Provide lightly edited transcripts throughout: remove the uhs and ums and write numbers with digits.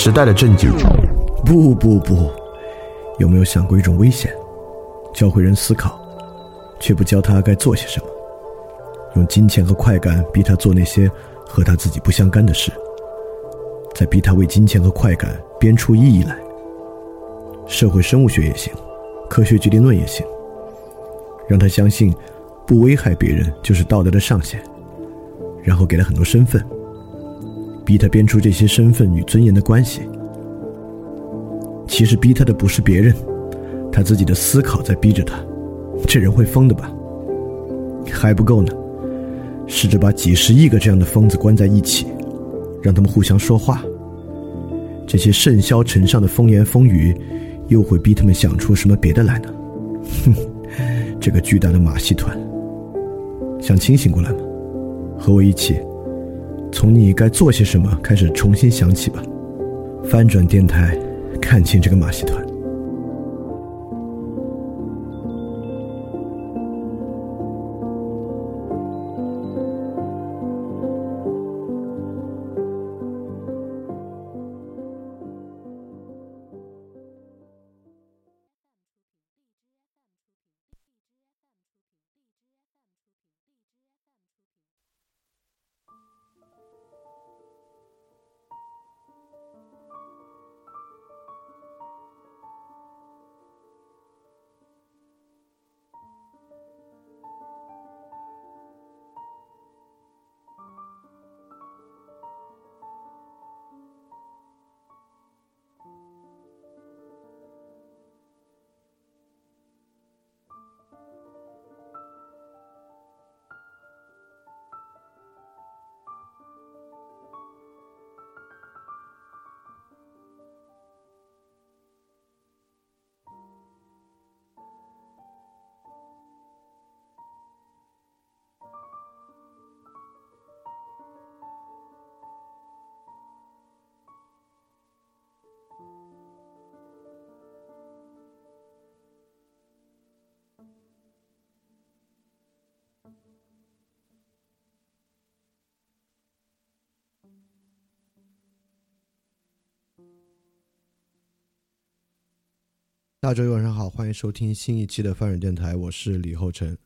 时代的震惊。 不，有没有想过一种危险？教会人思考，却不教他该做些什么，用金钱和快感逼他做那些和他自己不相干的事，再逼他为金钱和快感编出意义来。社会生物学也行，科学决定论也行，让他相信不危害别人就是道德的上限，然后给他很多身份，逼他编出这些身份与尊严的关系。其实逼他的不是别人，他自己的思考在逼着他。这人会疯的吧？还不够呢，试着把几十亿个这样的疯子关在一起，让他们互相说话。这些甚嚣尘上的风言风语又会逼他们想出什么别的来呢？这个巨大的马戏团，想清醒过来吗？和我一起从你该做些什么开始重新想起吧。翻转电台，看清这个马戏团。大家周一晚上好，欢迎收听新一期的翻转电台，我是李厚成。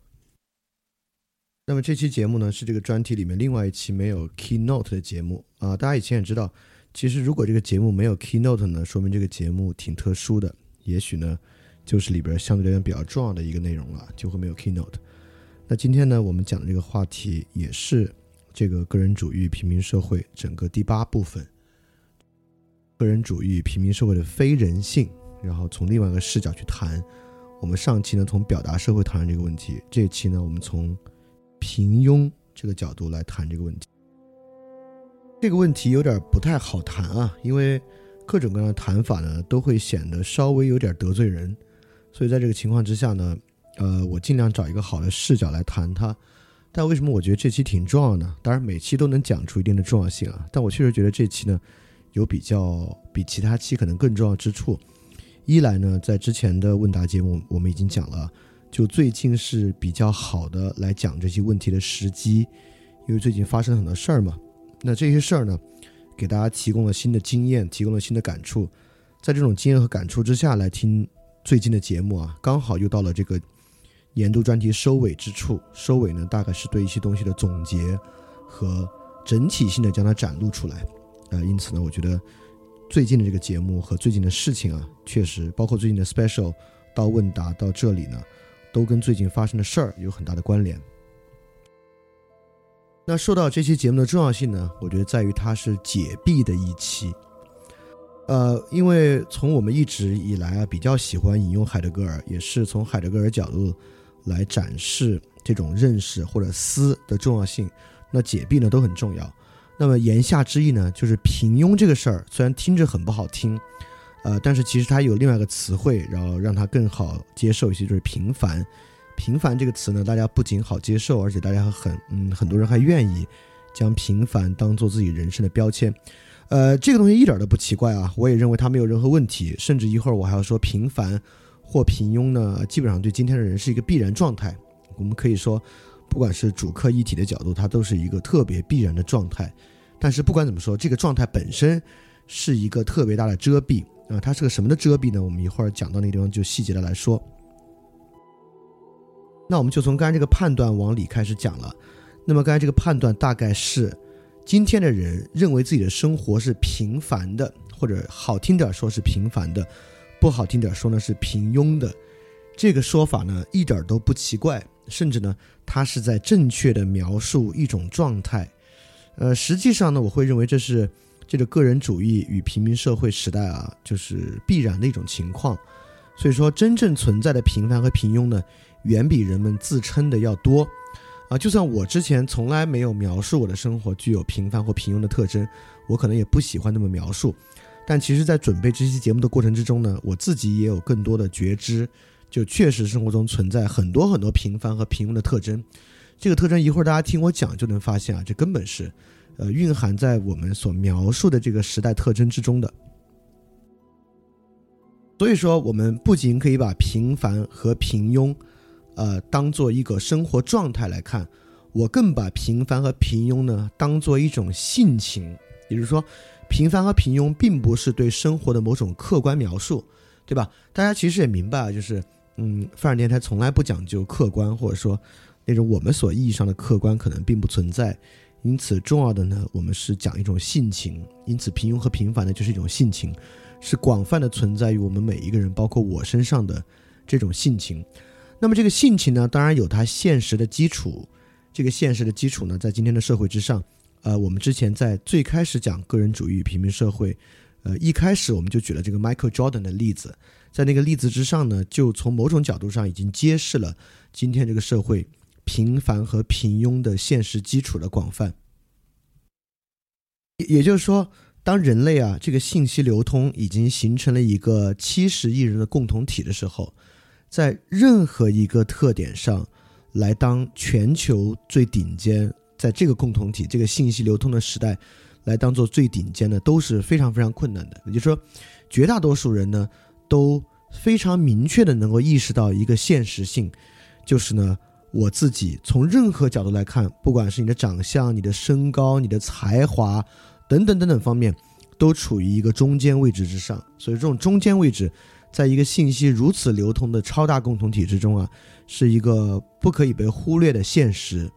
那么这期节目呢，是这个专题里面另外一期没有 keynote 的节目啊。大家以前也知道，其实如果这个节目没有 keynote 呢，说明这个节目挺特殊的，也许呢就是里边相对来讲比较重要的一个内容了，就会没有 keynote。那今天呢，我们讲的这个话题也是这个个人主义平民社会整个第8部分，个人主义平民社会的非人性，然后从另外一个视角去谈。我们上期呢从表达社会谈这个问题，这一期呢我们从平庸这个角度来谈这个问题。这个问题有点不太好谈啊，因为各种各样的谈法呢都会显得稍微有点得罪人，所以在这个情况之下呢，我尽量找一个好的视角来谈它。但为什么我觉得这期挺重要呢？当然每期都能讲出一定的重要性啊，但我确实觉得这期呢有比其他期可能更重要之处。一来呢，在之前的问答节目我们已经讲了，就最近是比较好的来讲这些问题的时机，因为最近发生了很多事儿嘛。那这些事儿呢，给大家提供了新的经验，提供了新的感触。在这种经验和感触之下来听最近的节目啊，刚好又到了这个年度专题收尾之处。收尾呢，大概是对一些东西的总结和整体性的将它展露出来。因此呢，我觉得最近的这个节目和最近的事情啊，确实包括最近的 special 到问答到这里呢，都跟最近发生的事儿有很大的关联。那说到这期节目的重要性呢，我觉得在于它是解闭的一期。因为从我们一直以来啊比较喜欢引用海德格尔，也是从海德格尔角度来展示这种认识或者思的重要性，那解闭呢都很重要。那么言下之意呢，就是平庸这个事儿虽然听着很不好听，但是其实它有另外一个词汇，然后让它更好接受一些，就是平凡。平凡这个词呢，大家不仅好接受，而且大家很多人还愿意将平凡当做自己人生的标签。这个东西一点都不奇怪啊，我也认为它没有任何问题，甚至一会儿我还要说平凡或平庸呢，基本上对今天的人是一个必然状态。我们可以说不管是主客一体的角度，它都是一个特别必然的状态。但是不管怎么说，这个状态本身是一个特别大的遮蔽啊。它是个什么的遮蔽呢？我们一会儿讲到那个地方就细节的来说。那我们就从刚才这个判断往里开始讲了。那么刚才这个判断大概是，今天的人认为自己的生活是平凡的，或者好听点说是平凡的，不好听点说呢是平庸的。这个说法呢一点都不奇怪，甚至呢它是在正确的描述一种状态。实际上呢我会认为这是这个个人主义与平民社会时代啊就是必然的一种情况。所以说真正存在的平凡和平庸呢远比人们自称的要多啊。就算我之前从来没有描述我的生活具有平凡或平庸的特征，我可能也不喜欢那么描述，但其实在准备这期节目的过程之中呢，我自己也有更多的觉知，就确实生活中存在很多很多平凡和平庸的特征。这个特征一会儿大家听我讲就能发现啊，这根本是蕴含在我们所描述的这个时代特征之中的。所以说我们不仅可以把平凡和平庸当做一个生活状态来看，我更把平凡和平庸呢当做一种性情。也就是说平凡和平庸并不是对生活的某种客观描述，对吧？大家其实也明白就是泛软电台从来不讲究客观，或者说那种我们所意义上的客观可能并不存在。因此重要的呢我们是讲一种性情，因此平庸和平凡呢就是一种性情，是广泛的存在于我们每一个人包括我身上的这种性情。那么这个性情呢当然有它现实的基础，这个现实的基础呢在今天的社会之上我们之前在最开始讲个人主义与平民社会一开始我们就举了这个 Michael Jordan 的例子，在那个例子之上呢就从某种角度上已经揭示了今天这个社会平凡和平庸的现实基础的广泛。也就是说当人类这个信息流通已经形成了一个70亿人的共同体的时候，在任何一个特点上来当全球最顶尖，在这个共同体这个信息流通的时代来当做最顶尖的都是非常非常困难的。也就是说绝大多数人呢都非常明确的能够意识到一个现实性，就是呢我自己从任何角度来看，不管是你的长相、你的身高、你的才华等等等等方面都处于一个中间位置之上。所以这种中间位置在一个信息如此流通的超大共同体之中是一个不可以被忽略的现实。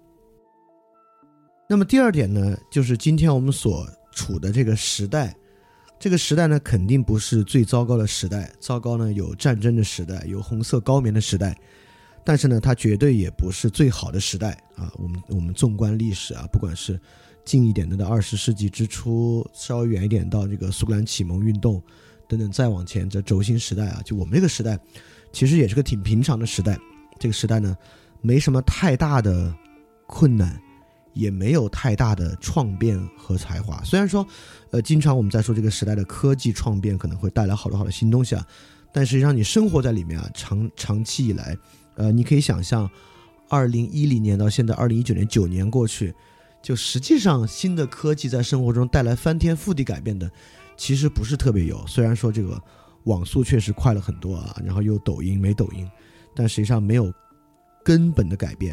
那么第二点呢就是今天我们所处的这个时代，这个时代呢肯定不是最糟糕的时代，糟糕呢有战争的时代，有红色高棉的时代，但是呢它绝对也不是最好的时代我们纵观历史不管是近一点的20世纪之初，稍微远一点到这个苏格兰启蒙运动等等，再往前这轴心时代就我们这个时代其实也是个挺平常的时代。这个时代呢没什么太大的困难，也没有太大的创变和才华。虽然说经常我们在说这个时代的科技创变可能会带来好多好的新东西但实际上你生活在里面长期以来你可以想象2010年到现在2019年9年过去，就实际上新的科技在生活中带来翻天覆地改变的其实不是特别有。虽然说这个网速确实快了很多然后有抖音没抖音，但实际上没有根本的改变。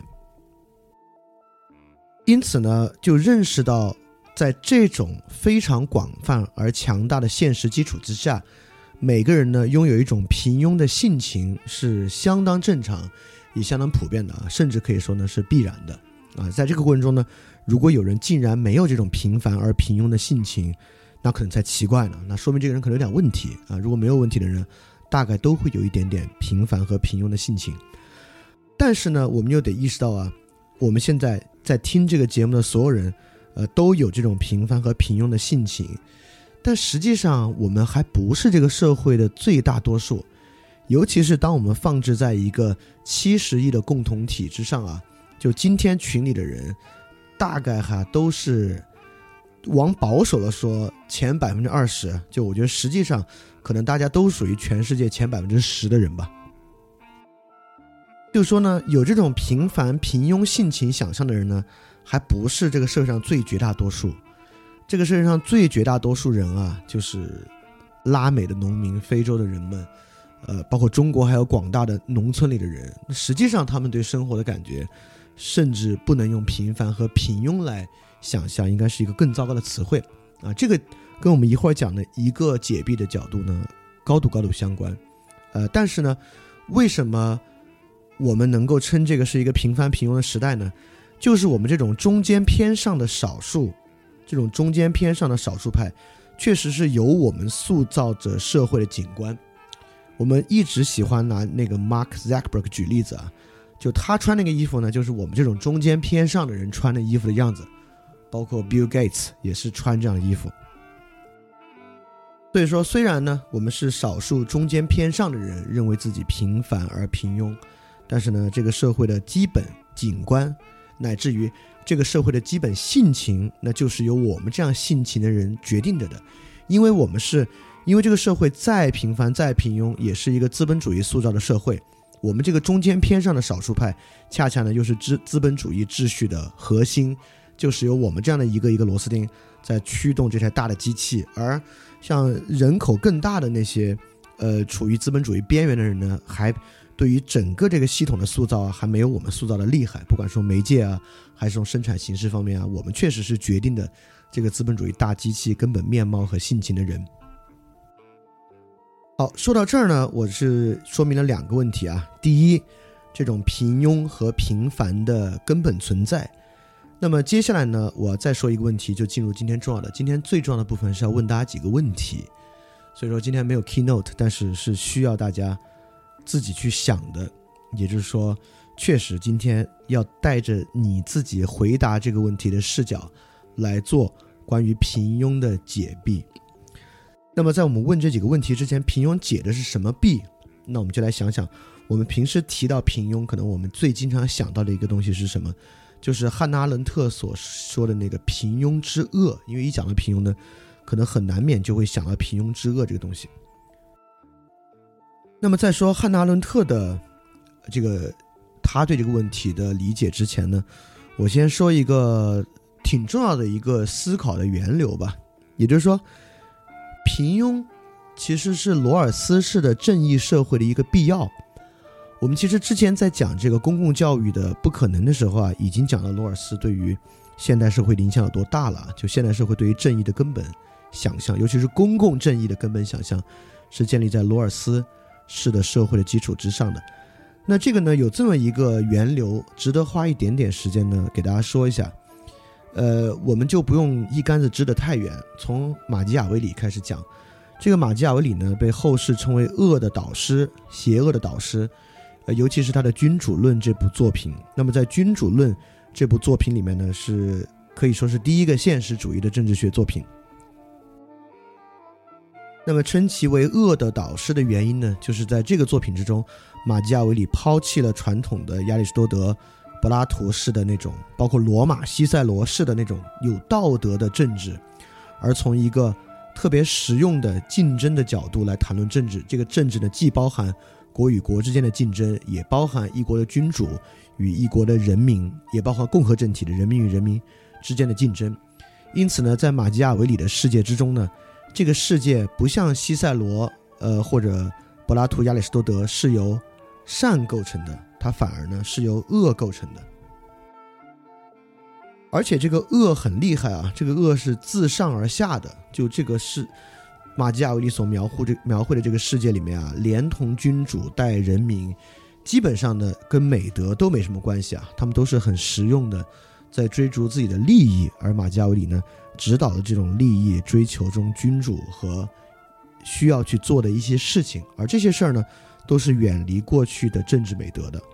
因此呢就认识到在这种非常广泛而强大的现实基础之下，每个人呢拥有一种平庸的性情是相当正常也相当普遍的甚至可以说呢是必然的在这个过程中呢，如果有人竟然没有这种平凡而平庸的性情，那可能才奇怪呢，那说明这个人可能有点问题如果没有问题的人大概都会有一点点平凡和平庸的性情。但是呢我们又得意识到我们现在在听这个节目的所有人都有这种平凡和平庸的性情，但实际上我们还不是这个社会的最大多数。尤其是当我们放置在一个70亿的共同体之上就今天群里的人大概都是往保守了说前20%，就我觉得实际上可能大家都属于全世界前10%的人吧。就是说呢有这种平凡平庸性情想象的人呢还不是这个社会上最绝大多数。这个社会上最绝大多数人就是拉美的农民、非洲的人们包括中国还有广大的农村里的人，实际上他们对生活的感觉甚至不能用平凡和平庸来想象，应该是一个更糟糕的词汇这个跟我们一会儿讲的一个解币的角度呢高度相关。但是呢，为什么我们能够称这个是一个平凡平庸的时代呢？就是我们这种中间偏上的少数，这种中间偏上的少数派，确实是由我们塑造着社会的景观。我们一直喜欢拿那个 Mark Zuckerberg 举例子啊，就他穿那个衣服呢，就是我们这种中间偏上的人穿的衣服的样子，包括 Bill Gates 也是穿这样的衣服。所以说，虽然呢我们是少数中间偏上的人认为自己平凡而平庸，但是呢这个社会的基本景观乃至于这个社会的基本性情，那就是由我们这样性情的人决定着的。因为这个社会再平凡再平庸，也是一个资本主义塑造的社会，我们这个中间偏上的少数派恰恰呢又是资本主义秩序的核心，就是由我们这样的一个一个螺丝钉在驱动这台大的机器。而像人口更大的那些处于资本主义边缘的人呢，还对于整个这个系统的塑造啊，还没有我们塑造的厉害。不管说媒介啊，还是从生产形式方面啊，我们确实是决定的这个资本主义大机器根本面貌和性情的人。好，说到这儿呢，我是说明了2个问题啊。第一，这种平庸和平凡的根本存在。那么接下来呢，我要再说一个问题，就进入今天重要的。今天最重要的部分是要问大家几个问题，所以说今天没有 keynote， 但是是需要大家自己去想的。也就是说，确实今天要带着你自己回答这个问题的视角来做关于平庸的解币。那么在我们问这几个问题之前，平庸解的是什么币？那我们就来想想，我们平时提到平庸，可能我们最经常想到的一个东西是什么？就是汉娜·阿伦特所说的那个平庸之恶。因为一讲到平庸呢，可能很难免就会想到平庸之恶这个东西。那么在说汉娜·阿伦特的他对这个问题的理解之前呢，我先说一个挺重要的一个思考的源流吧。也就是说，平庸其实是罗尔斯式的正义社会的一个必要。我们其实之前在讲这个公共教育的不可能的时候啊，已经讲到罗尔斯对于现代社会的影响有多大了。就现代社会对于正义的根本想象，尤其是公共正义的根本想象，是建立在罗尔斯式的社会的基础之上的。那这个呢，有这么一个源流，值得花一点点时间呢给大家说一下。我们就不用一竿子支得太远，从马基雅维里开始讲。这个马基雅维里呢，被后世称为恶的导师，邪恶的导师。尤其是他的《君主论》这部作品。那么在《君主论》这部作品里面呢，是可以说是第一个现实主义的政治学作品。那么称其为恶的导师的原因呢，就是在这个作品之中，马基雅维里抛弃了传统的亚里士多德、柏拉图式的那种，包括罗马西塞罗式的那种有道德的政治，而从一个特别实用的竞争的角度来谈论政治。这个政治呢，既包含国与国之间的竞争，也包含一国的君主与一国的人民，也包含共和政体的人民与人民之间的竞争。因此呢，在马基雅维里的世界之中呢，这个世界不像西塞罗或者柏拉图、亚里士多德是由善构成的，它反而呢是由恶构成的。而且这个恶很厉害啊，这个恶是自上而下的。就这个是马基雅维里所描绘的这个世界里面啊，连同君主带人民，基本上呢跟美德都没什么关系啊，他们都是很实用的，在追逐自己的利益。而马基雅维里呢，指导了这种利益追求中君主和需要去做的一些事情，而这些事儿呢，都是远离过去的政治美德的。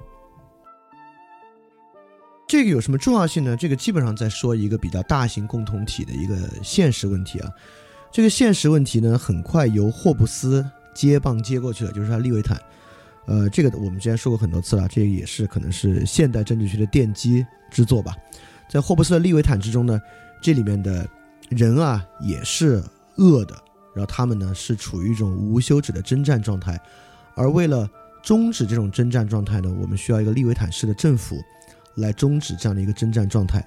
这个有什么重要性呢？这个基本上在说一个比较大型共同体的一个现实问题啊。这个现实问题呢，很快由霍布斯接过去了，就是他利维坦。这个我们之前说过很多次了，这个也是可能是现代政治学的奠基之作吧。在霍布斯的利维坦之中呢，这里面的人啊也是恶的，然后他们呢是处于一种无休止的征战状态，而为了终止这种征战状态呢，我们需要一个利维坦式的政府来终止这样的一个征战状态。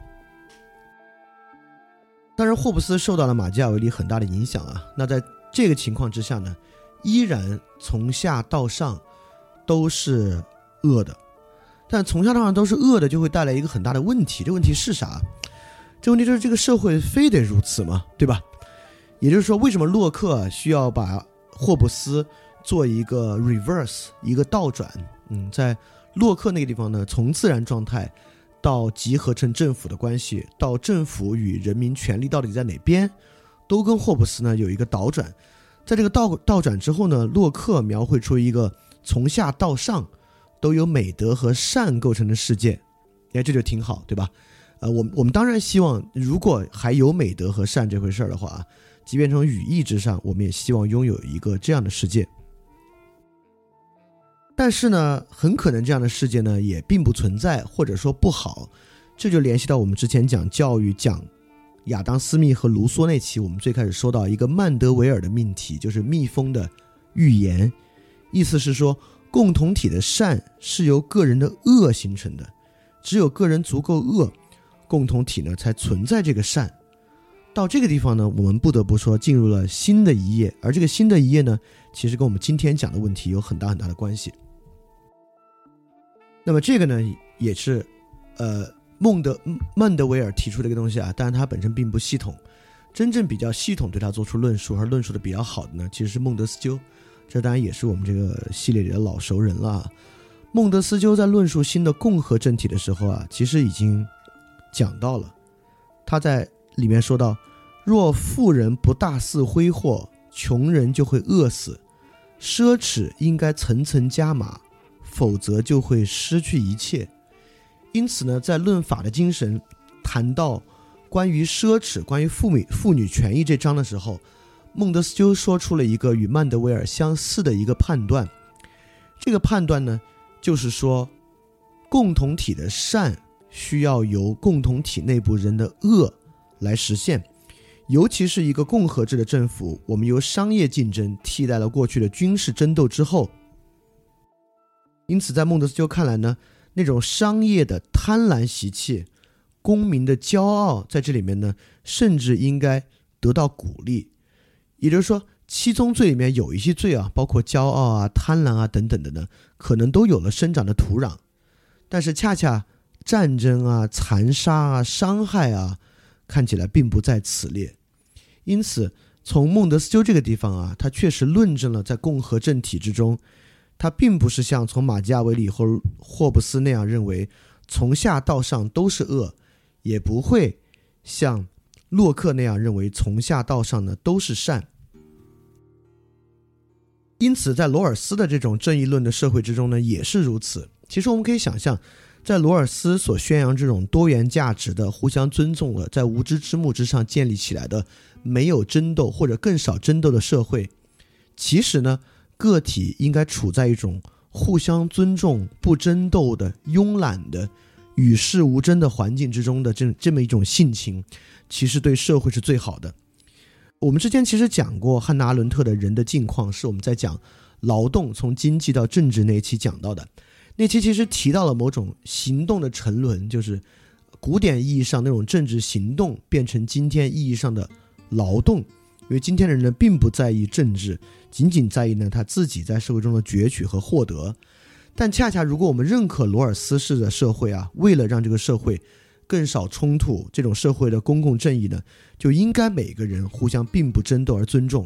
当然霍布斯受到了马基雅维里很大的影响啊，那在这个情况之下呢，依然从下到上都是恶的。但从下到上都是恶的，就会带来一个很大的问题。这问题是啥？这问题就是这个社会非得如此吗？对吧？ 也就是说，为什么洛克需要把霍布斯做一个 reverse， 一个倒转？在洛克那个地方呢，从自然状态到集合成政府的关系，到政府与人民权利到底在哪边，都跟霍布斯呢有一个倒转。在这个倒转之后呢，洛克描绘出一个从下到上都由美德和善构成的世界。这就挺好，对吧？我们当然希望，如果还有美德和善这回事的话，即便从语义之上，我们也希望拥有一个这样的世界。但是呢，很可能这样的世界呢也并不存在，或者说不好。这就联系到我们之前讲教育、讲亚当·斯密和卢梭那期，我们最开始说到一个曼德维尔的命题，就是蜜蜂的预言。意思是说，共同体的善是由个人的恶形成的，只有个人足够恶，共同体呢才存在这个善。到这个地方呢，我们不得不说进入了新的一页，而这个新的一页呢，其实跟我们今天讲的问题有很大很大的关系。那么这个呢，也是曼德维尔提出的一个东西啊，但是它本身并不系统。真正比较系统对它做出论述，而论述的比较好的呢，其实是孟德斯鸠。这当然也是我们这个系列里的老熟人了啊。孟德斯鸠在论述新的共和政体的时候啊，其实已经讲到了。他在里面说到，若富人不大肆挥霍，穷人就会饿死，奢侈应该层层加码，否则就会失去一切。因此呢，在论法的精神谈到关于奢侈、关于妇女权益这章的时候，孟德斯鸠说出了一个与曼德维尔相似的一个判断。这个判断呢，就是说共同体的善需要由共同体内部人的恶来实现，尤其是一个共和制的政府，我们由商业竞争替代了过去的军事争斗之后，因此在孟德斯鸠看来呢，那种商业的贪婪习气、公民的骄傲在这里面呢，甚至应该得到鼓励。也就是说，七宗罪里面有一些罪啊，包括骄傲啊、贪婪啊等等的呢，可能都有了生长的土壤，但是恰恰战争啊、残杀啊、伤害啊，看起来并不在此列。因此从孟德斯鸠这个地方啊，他确实论证了在共和政体之中，他并不是像从马基雅维里或霍布斯那样认为从下到上都是恶，也不会像洛克那样认为从下到上呢都是善。因此在罗尔斯的这种正义论的社会之中呢，也是如此。其实我们可以想象，在罗尔斯所宣扬这种多元价值的、互相尊重的、在无知之幕之上建立起来的没有争斗或者更少争斗的社会，其实呢，个体应该处在一种互相尊重、不争斗的、慵懒的、与世无争的环境之中的这么一种性情，其实对社会是最好的。我们之前其实讲过汉娜·阿伦特的人的境况，是我们在讲劳动从经济到政治那一期讲到的。那期其实提到了某种行动的沉沦，就是古典意义上那种政治行动变成今天意义上的劳动。因为今天的人呢，并不在意政治，仅仅在意呢他自己在社会中的攫取和获得。但恰恰如果我们认可罗尔斯式的社会啊，为了让这个社会更少冲突，这种社会的公共正义呢，就应该每个人互相并不争斗而尊重。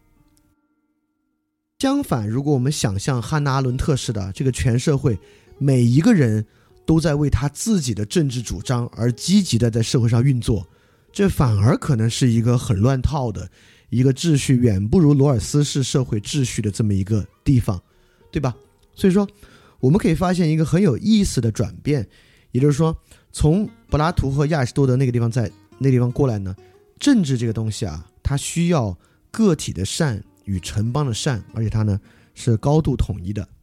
相反，如果我们想象汉娜·阿伦特式的这个全社会每一个人都在为他自己的政治主张而积极的在社会上运作，这反而可能是一个很乱套的一个秩序，远不如罗尔斯式社会秩序的这么一个地方，对吧？所以说我们可以发现一个很有意思的转变，也就是说从柏拉图和亚里士多德那个地方在那个地方过来呢，政治这个东西啊，它需要个体的善与城邦的善，而且它呢是高度统一的。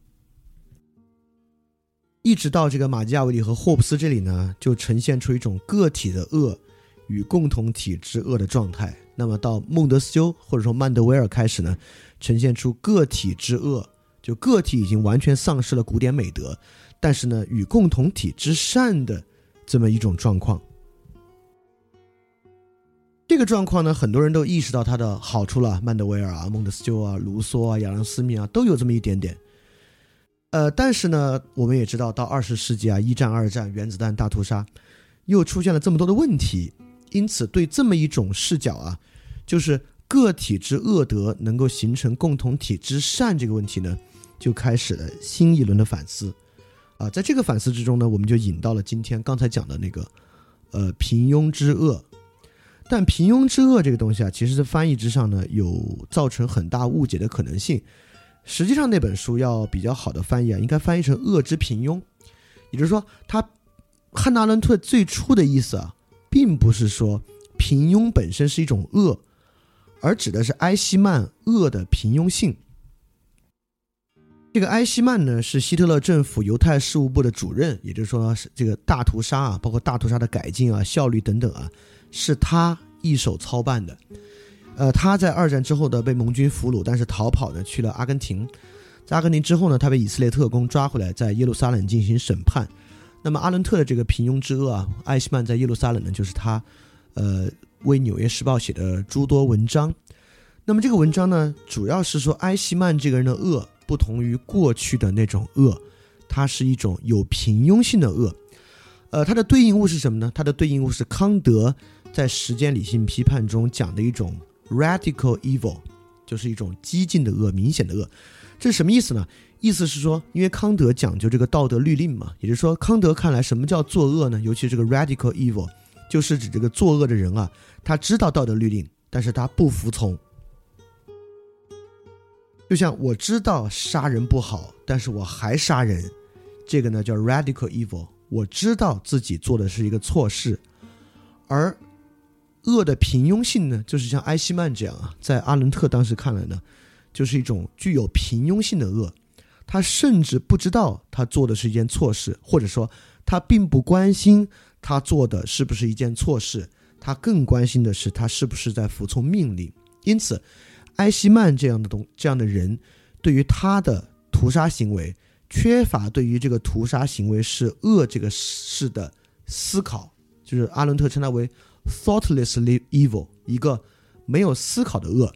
一直到这个马基雅维里和霍布斯这里呢，就呈现出一种个体的恶与共同体之恶的状态。那么到孟德斯鸠或者说曼德维尔开始呢，呈现出个体之恶，就个体已经完全丧失了古典美德，但是呢与共同体之善的这么一种状况。这个状况呢，很多人都意识到它的好处了，曼德维尔啊、孟德斯鸠啊、卢梭啊、亚当·斯密啊，都有这么一点点。但是呢，我们也知道到20世纪啊，一战、二战、原子弹大屠杀，又出现了这么多的问题，因此对这么一种视角啊，就是个体之恶德能够形成共同体之善这个问题呢，就开始了新一轮的反思在这个反思之中呢，我们就引到了今天刚才讲的那个平庸之恶。但平庸之恶这个东西啊，其实在翻译之上呢，有造成很大误解的可能性。实际上那本书要比较好的翻译啊，应该翻译成恶之平庸。也就是说，汉娜·阿伦特最初的意思啊，并不是说平庸本身是一种恶，而指的是埃希曼恶的平庸性。这个埃希曼呢，是希特勒政府犹太事务部的主任，也就是说这个大屠杀啊，包括大屠杀的改进啊、效率等等啊，是他一手操办的。他在二战之后的被盟军俘虏，但是逃跑呢去了阿根廷。在阿根廷之后呢，他被以色列特工抓回来，在耶路撒冷进行审判。那么阿伦特的这个平庸之恶啊，埃希曼在耶路撒冷呢，就是他为纽约时报写的诸多文章。那么这个文章呢，主要是说埃希曼这个人的恶不同于过去的那种恶，它是一种有平庸性的恶。它的对应物是什么呢？它的对应物是康德在时间理性批判中讲的一种 radical evil， 就是一种激进的恶、明显的恶。这是什么意思呢？意思是说，因为康德讲究这个道德律令嘛，也就是说康德看来什么叫作恶呢？尤其这个 radical evil， 就是指这个作恶的人啊，他知道道德律令，但是他不服从。就像我知道杀人不好，但是我还杀人，这个呢叫 radical evil， 我知道自己做的是一个错事。而恶的平庸性呢，就是像埃希曼这样啊，在阿伦特当时看来呢，就是一种具有平庸性的恶。他甚至不知道他做的是一件错事，或者说他并不关心他做的是不是一件错事，他更关心的是他是不是在服从命令。因此埃希曼这样的人，对于他的屠杀行为缺乏对于这个屠杀行为是恶这个事的思考，就是阿伦特称它为 thoughtless evil， 一个没有思考的恶。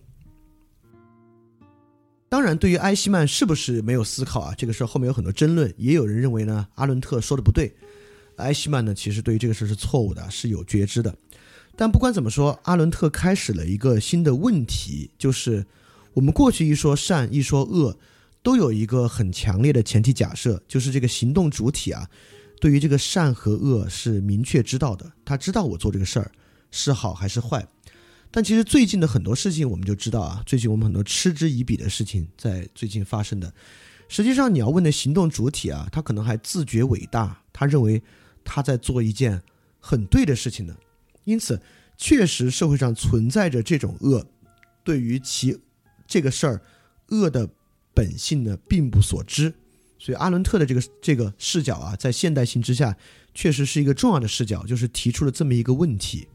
当然对于埃希曼是不是没有思考啊，这个事后面有很多争论，也有人认为呢阿伦特说的不对，埃希曼呢其实对于这个事是错误的，是有觉知的。但不管怎么说，阿伦特开始了一个新的问题，就是我们过去一说善一说恶都有一个很强烈的前提假设，就是这个行动主体啊，对于这个善和恶是明确知道的，他知道我做这个事儿是好还是坏。但其实最近的很多事情我们就知道啊，最近我们很多嗤之以鼻的事情在最近发生的，实际上你要问的行动主体啊，他可能还自觉伟大，他认为他在做一件很对的事情呢。因此确实社会上存在着这种恶，对于其这个事儿恶的本性呢并不所知。所以阿伦特的这个视角啊，在现代性之下确实是一个重要的视角，就是提出了这么一个问题。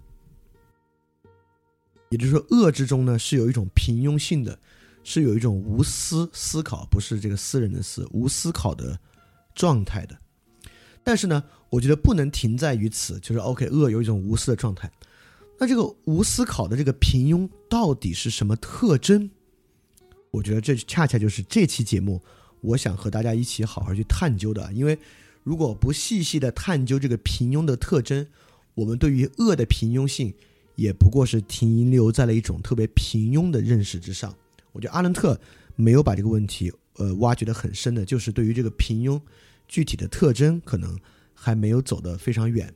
也就是说恶之中呢是有一种平庸性的，是有一种无思考，不是这个私人的私，无思考的状态的。但是呢我觉得不能停在于此，就是 OK 恶有一种无私的状态，那这个无思考的这个平庸到底是什么特征？我觉得这恰恰就是这期节目我想和大家一起好好去探究的。因为如果不细细的探究这个平庸的特征，我们对于恶的平庸性也不过是停留在了一种特别平庸的认识之上。我觉得阿伦特没有把这个问题挖掘得很深的，就是对于这个平庸具体的特征可能还没有走得非常远。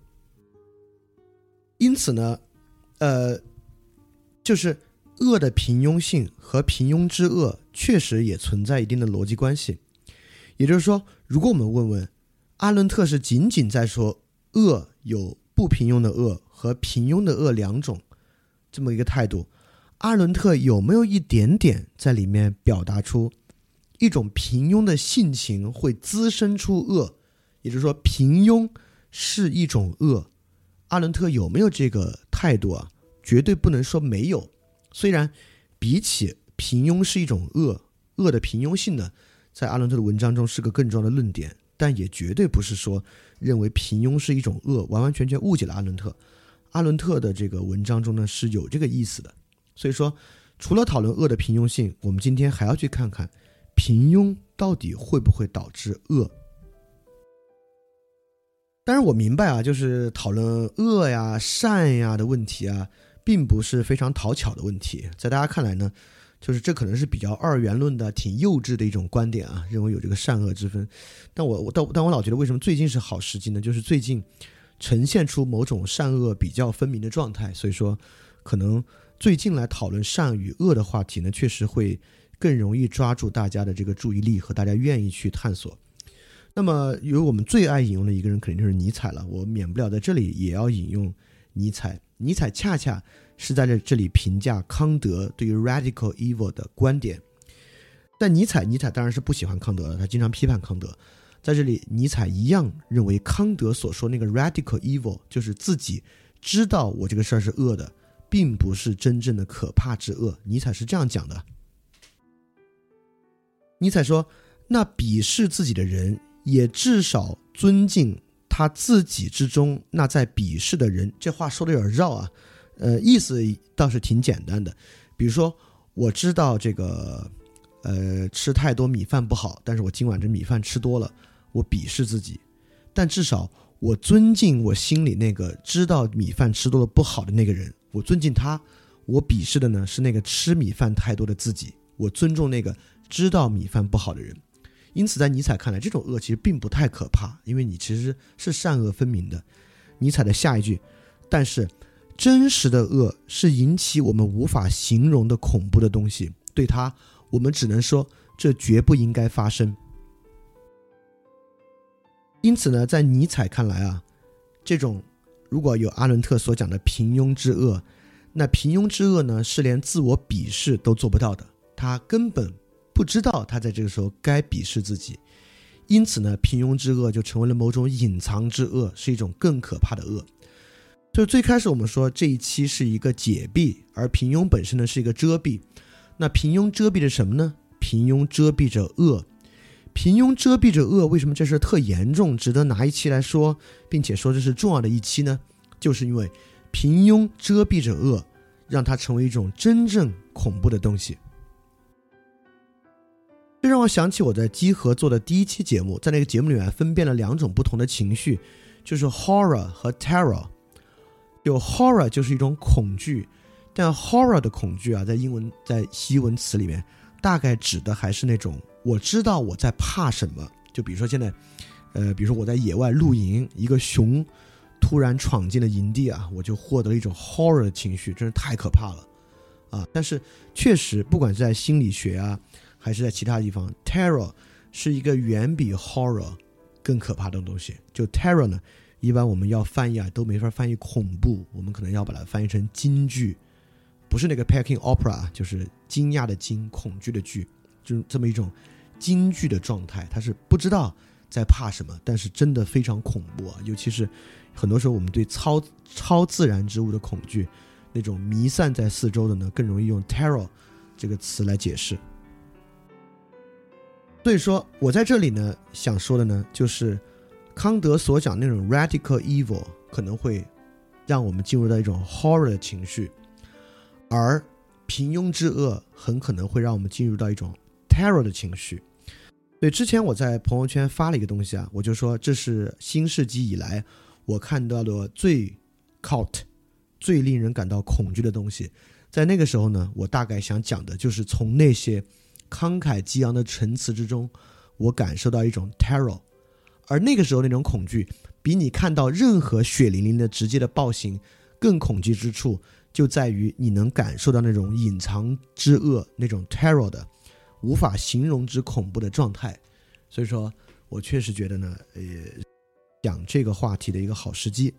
因此呢就是恶的平庸性和平庸之恶确实也存在一定的逻辑关系。也就是说，如果我们问问阿伦特是仅仅在说恶有不平庸的恶和平庸的恶两种这么一个态度，阿伦特有没有一点点在里面表达出一种平庸的性情会滋生出恶，也就是说平庸是一种恶？阿伦特有没有这个态度啊？绝对不能说没有。虽然比起平庸是一种恶，恶的平庸性呢在阿伦特的文章中是个更重要的论点，但也绝对不是说认为平庸是一种恶，完完全全误解了阿伦特。阿伦特的这个文章中呢是有这个意思的。所以说除了讨论恶的平庸性，我们今天还要去看看平庸到底会不会导致恶。当然我明白啊，就是讨论恶呀善呀的问题啊， 并不是非常讨巧的问题。在大家看来呢，就是这可能是比较二元论的挺幼稚的一种观点啊，认为有这个善恶之分。但我老觉得为什么最近是好时机呢？就是最近呈现出某种善恶比较分明的状态，所以说可能最近来讨论善与恶的话题呢，确实会更容易抓住大家的这个注意力和大家愿意去探索。那么有我们最爱引用的一个人肯定就是尼采了，我免不了在这里也要引用尼采。尼采恰恰是在这里评价康德对于 radical evil 的观点。但尼采当然是不喜欢康德的，他经常批判康德。在这里尼采一样认为康德所说那个 radical evil 就是自己知道我这个事儿是恶的，并不是真正的可怕之恶。尼采是这样讲的，尼采说，那鄙视自己的人也至少尊敬他自己之中那在鄙视的人。这话说的有点绕啊，意思倒是挺简单的。比如说我知道这个吃太多米饭不好，但是我今晚这米饭吃多了，我鄙视自己，但至少我尊敬我心里那个知道米饭吃多了不好的那个人，我尊敬他。我鄙视的呢是那个吃米饭太多的自己，我尊重那个知道米饭不好的人。因此在尼采看来，这种恶其实并不太可怕，因为你其实是善恶分明的。尼采的下一句，但是真实的恶是引起我们无法形容的恐怖的东西，对它我们只能说这绝不应该发生。因此呢，在尼采看来啊，这种如果有阿伦特所讲的平庸之恶，那平庸之恶呢是连自我鄙视都做不到的，他根本不知道他在这个时候该鄙视自己。因此呢，平庸之恶就成为了某种隐藏之恶，是一种更可怕的恶。就最开始我们说这一期是一个解蔽，而平庸本身呢是一个遮蔽。那平庸遮蔽着什么呢？平庸遮蔽着恶。平庸遮蔽着恶，为什么这事特严重，值得拿一期来说，并且说这是重要的一期呢？就是因为平庸遮蔽着恶，让它成为一种真正恐怖的东西。这让我想起我在集合做的第一期节目，在那个节目里面分辨了两种不同的情绪，就是 horror 和 terror。 有 horror 就是一种恐惧，但 horror 的恐惧啊，在西文词里面大概指的还是那种我知道我在怕什么。就比如说现在比如说我在野外露营，一个熊突然闯进了营地啊，我就获得了一种 horror 的情绪，真是太可怕了啊！但是确实不管是在心理学啊还是在其他地方， terror 是一个远比 horror 更可怕的东西。就 terror 呢，一般我们要翻译啊都没法翻译恐怖，我们可能要把它翻译成惊惧，不是那个 Peking Opera， 就是惊讶的惊，恐惧的惧，就是这么一种惊惧的状态。它是不知道在怕什么，但是真的非常恐怖啊！尤其是很多时候我们对超自然之物的恐惧，那种弥散在四周的呢，更容易用 terror 这个词来解释。所以说我在这里呢想说的呢，就是康德所讲那种 radical evil 可能会让我们进入到一种 horror 的情绪，而平庸之恶很可能会让我们进入到一种 terror 的情绪。所以之前我在朋友圈发了一个东西啊，我就说这是新世纪以来我看到的最 cult 最令人感到恐惧的东西。在那个时候呢，我大概想讲的就是从那些慷慨激昂的陈词之中，我感受到一种 terror。 而那个时候那种恐惧比你看到任何血淋淋的直接的暴行更恐惧之处，就在于你能感受到那种隐藏之恶，那种 terror 的无法形容之恐怖的状态。所以说我确实觉得呢，讲这个话题的一个好时机。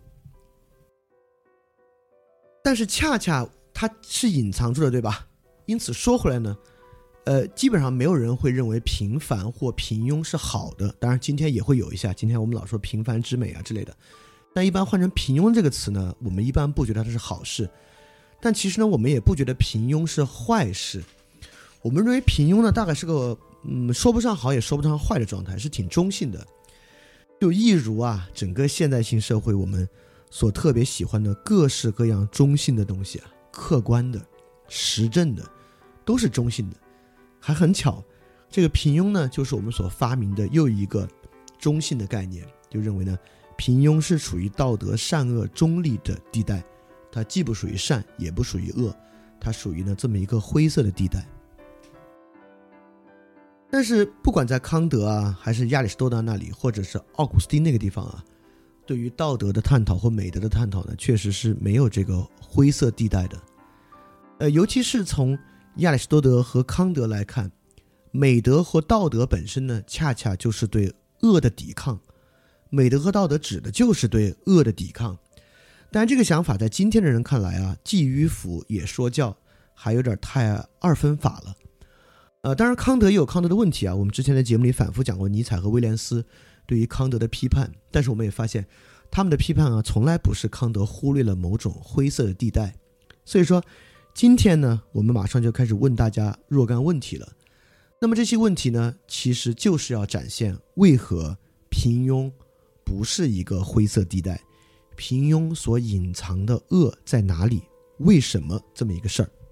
但是恰恰它是隐藏住的，对吧？因此说回来呢，基本上没有人会认为平凡或平庸是好的。当然今天也会有一下，今天我们老说平凡之美啊之类的，但一般换成平庸这个词呢，我们一般不觉得它是好事。但其实呢，我们也不觉得平庸是坏事。我们认为平庸呢，大概是个说不上好也说不上坏的状态，是挺中性的。就一如啊，整个现代性社会我们所特别喜欢的各式各样中性的东西啊，客观的、实证的，都是中性的。还很巧，这个平庸呢，就是我们所发明的又一个中性的概念，就认为呢，平庸是处于道德善恶中立的地带， 它既不属于善也不属于恶，它属于呢这么一个灰色的地带。但是不管在康德啊，还是亚里士多德那里，或者是奥古斯丁那个地方啊，对于道德的探讨或美德的探讨呢，确实是没有这个灰色地带的。尤其是从亚里士多德和康德来看，美德和道德本身呢，恰恰就是对恶的抵抗。美德和道德指的就是对恶的抵抗。但这个想法在今天的人看来啊，既迂腐也说教，还有点太二分法了。当然康德也有康德的问题啊，我们之前的节目里反复讲过尼采和威廉斯对于康德的批判，但是我们也发现他们的批判啊，从来不是康德忽略了某种灰色的地带。所以说今天呢，我们马上就开始问大家若干问题了。那么这些问题呢，其实就是要展现为何平庸不是一个灰色地带，平庸所隐藏的恶在哪里，为什么这么一个事儿。